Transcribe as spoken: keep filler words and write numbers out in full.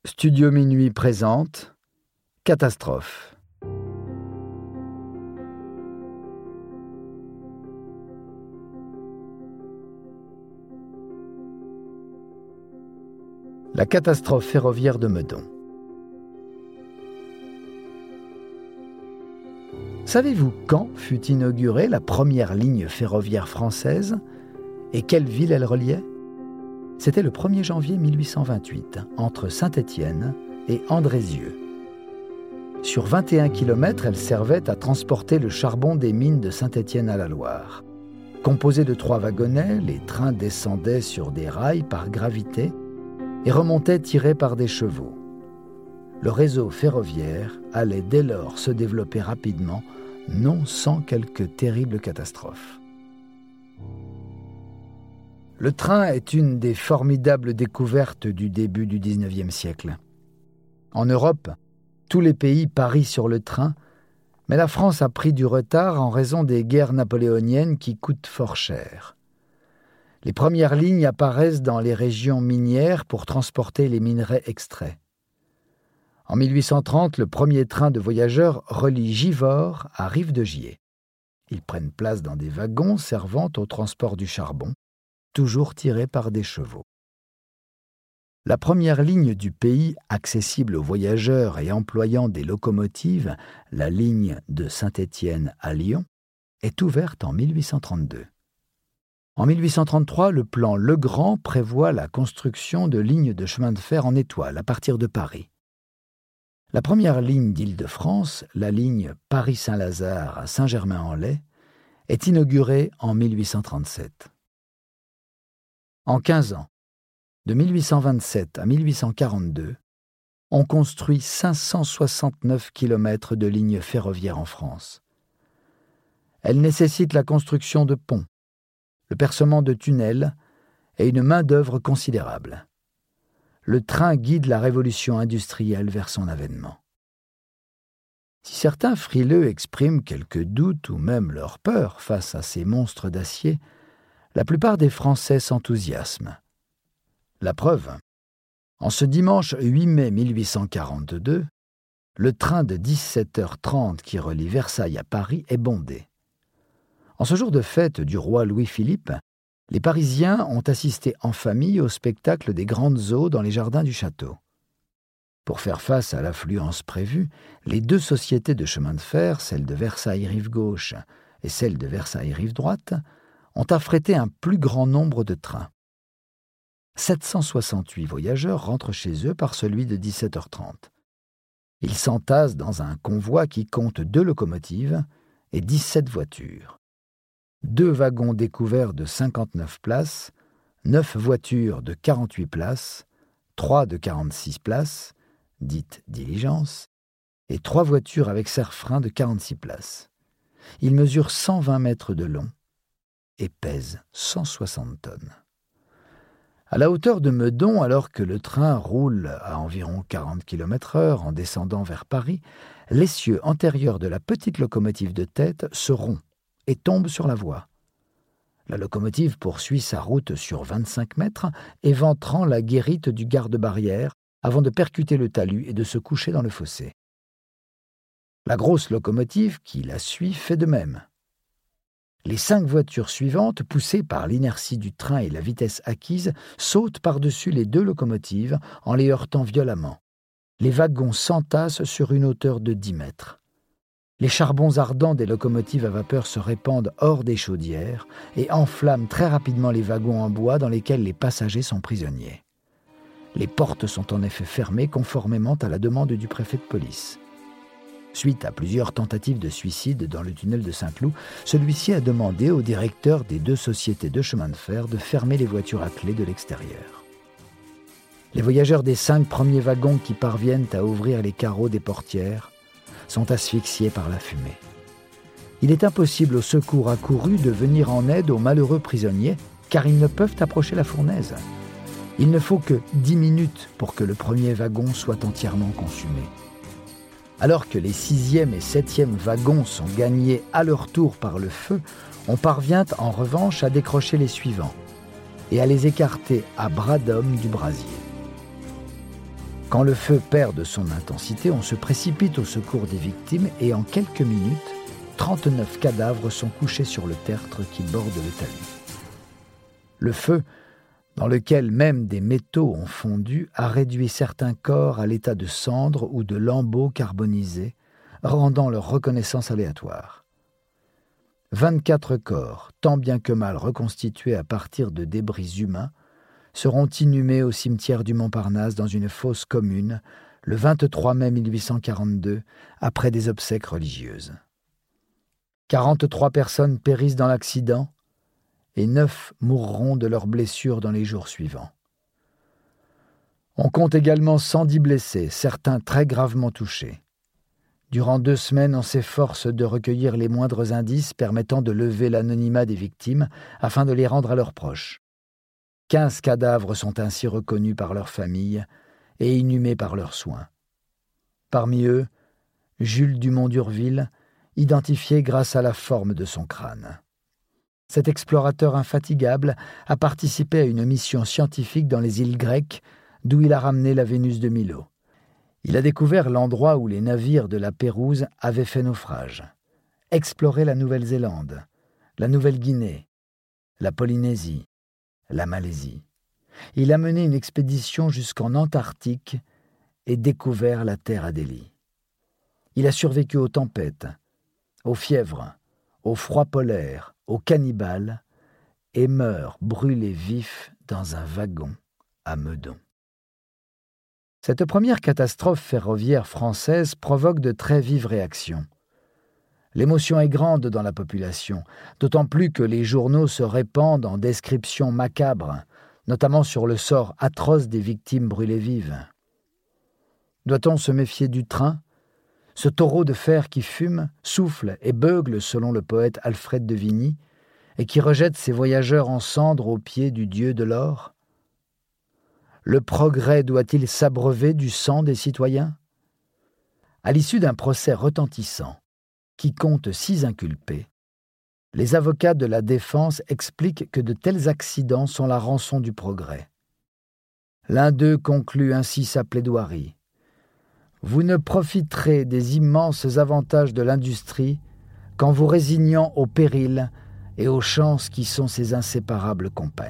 Studio Minuit présente Catastrophe. La catastrophe ferroviaire de Meudon. Savez-vous quand fut inaugurée la première ligne ferroviaire française et quelle ville elle reliait ? C'était le premier janvier mille huit cent vingt-huit, entre Saint-Étienne et Andrézieux. Sur vingt et un kilomètres, elle servait à transporter le charbon des mines de Saint-Étienne à la Loire. Composés de trois wagonnets, les trains descendaient sur des rails par gravité et remontaient tirés par des chevaux. Le réseau ferroviaire allait dès lors se développer rapidement, non sans quelques terribles catastrophes. Le train est une des formidables découvertes du début du dix-neuvième siècle. En Europe, tous les pays parient sur le train, mais la France a pris du retard en raison des guerres napoléoniennes qui coûtent fort cher. Les premières lignes apparaissent dans les régions minières pour transporter les minerais extraits. En mille huit cent trente, le premier train de voyageurs relie Givors à Rive-de-Gier. Ils prennent place dans des wagons servant au transport du charbon, toujours tirés par des chevaux. La première ligne du pays accessible aux voyageurs et employant des locomotives, la ligne de Saint-Étienne à Lyon, est ouverte en mille huit cent trente-deux. En mille huit cent trente-trois, le plan Legrand prévoit la construction de lignes de chemin de fer en étoile à partir de Paris. La première ligne d'Île-de-France, la ligne Paris-Saint-Lazare à Saint-Germain-en-Laye, est inaugurée en mille huit cent trente-sept. En quinze ans, de mille huit cent vingt-sept à mille huit cent quarante-deux, on construit cinq cent soixante-neuf kilomètres de lignes ferroviaires en France. Elles nécessitent la construction de ponts, le percement de tunnels et une main-d'œuvre considérable. Le train guide la révolution industrielle vers son avènement. Si certains frileux expriment quelques doutes ou même leur peur face à ces monstres d'acier, la plupart des Français s'enthousiasment. La preuve, en ce dimanche huit mai mille huit cent quarante-deux, le train de dix-sept heures trente qui relie Versailles à Paris est bondé. En ce jour de fête du roi Louis-Philippe, les Parisiens ont assisté en famille au spectacle des grandes eaux dans les jardins du château. Pour faire face à l'affluence prévue, les deux sociétés de chemin de fer, celle de Versailles rive gauche et celle de Versailles rive droite, ont affrété un plus grand nombre de trains. sept cent soixante-huit voyageurs rentrent chez eux par celui de dix-sept heures trente. Ils s'entassent dans un convoi qui compte deux locomotives et dix-sept voitures. Deux wagons découverts de cinquante-neuf places, neuf voitures de quarante-huit places, trois de quarante-six places, dites diligences, et trois voitures avec serre-frein de quarante-six places. Ils mesurent cent vingt mètres de long et pèse cent soixante tonnes. À la hauteur de Meudon, alors que le train roule à environ quarante kilomètres heure en descendant vers Paris, l'essieu antérieur de la petite locomotive de tête se rompt et tombe sur la voie. La locomotive poursuit sa route sur vingt-cinq mètres, éventrant la guérite du garde-barrière avant de percuter le talus et de se coucher dans le fossé. La grosse locomotive qui la suit fait de même. Les cinq voitures suivantes, poussées par l'inertie du train et la vitesse acquise, sautent par-dessus les deux locomotives en les heurtant violemment. Les wagons s'entassent sur une hauteur de dix mètres. Les charbons ardents des locomotives à vapeur se répandent hors des chaudières et enflamment très rapidement les wagons en bois dans lesquels les passagers sont prisonniers. Les portes sont en effet fermées conformément à la demande du préfet de police. Suite à plusieurs tentatives de suicide dans le tunnel de Saint-Cloud, celui-ci a demandé au directeur des deux sociétés de chemin de fer de fermer les voitures à clé de l'extérieur. Les voyageurs des cinq premiers wagons qui parviennent à ouvrir les carreaux des portières sont asphyxiés par la fumée. Il est impossible aux secours accourus de venir en aide aux malheureux prisonniers, car ils ne peuvent approcher la fournaise. Il ne faut que dix minutes pour que le premier wagon soit entièrement consumé. Alors que les sixième et septième wagons sont gagnés à leur tour par le feu, on parvient en revanche à décrocher les suivants et à les écarter à bras d'homme du brasier. Quand le feu perd de son intensité, on se précipite au secours des victimes et en quelques minutes, trente-neuf cadavres sont couchés sur le tertre qui borde le talus. Le feu, dans lequel même des métaux ont fondu, a réduit certains corps à l'état de cendres ou de lambeaux carbonisés, rendant leur reconnaissance aléatoire. vingt-quatre corps, tant bien que mal reconstitués à partir de débris humains, seront inhumés au cimetière du Montparnasse dans une fosse commune le vingt-trois mai mille huit cent quarante-deux, après des obsèques religieuses. quarante-trois personnes périssent dans l'accident et neuf mourront de leurs blessures dans les jours suivants. On compte également cent dix blessés, certains très gravement touchés. Durant deux semaines, on s'efforce de recueillir les moindres indices permettant de lever l'anonymat des victimes afin de les rendre à leurs proches. Quinze cadavres sont ainsi reconnus par leurs familles et inhumés par leurs soins. Parmi eux, Jules Dumont d'Urville, identifié grâce à la forme de son crâne. Cet explorateur infatigable a participé à une mission scientifique dans les îles grecques, d'où il a ramené la Vénus de Milo. Il a découvert l'endroit où les navires de la Pérouse avaient fait naufrage, exploré la Nouvelle-Zélande, la Nouvelle-Guinée, la Polynésie, la Malaisie. Il a mené une expédition jusqu'en Antarctique et découvert la terre Adélie. Il a survécu aux tempêtes, aux fièvres, aux froids polaires, aux cannibales, et meurt brûlé vif dans un wagon à Meudon. Cette première catastrophe ferroviaire française provoque de très vives réactions. L'émotion est grande dans la population, d'autant plus que les journaux se répandent en descriptions macabres, notamment sur le sort atroce des victimes brûlées vives. Doit-on se méfier du train ? Ce taureau de fer qui fume, souffle et beugle selon le poète Alfred de Vigny, et qui rejette ses voyageurs en cendres aux pieds du dieu de l'or ? Le progrès doit-il s'abreuver du sang des citoyens ? À l'issue d'un procès retentissant, qui compte six inculpés, les avocats de la défense expliquent que de tels accidents sont la rançon du progrès. L'un d'eux conclut ainsi sa plaidoirie. « Vous ne profiterez des immenses avantages de l'industrie qu'en vous résignant au péril et aux chances qui sont ses inséparables compagnes. »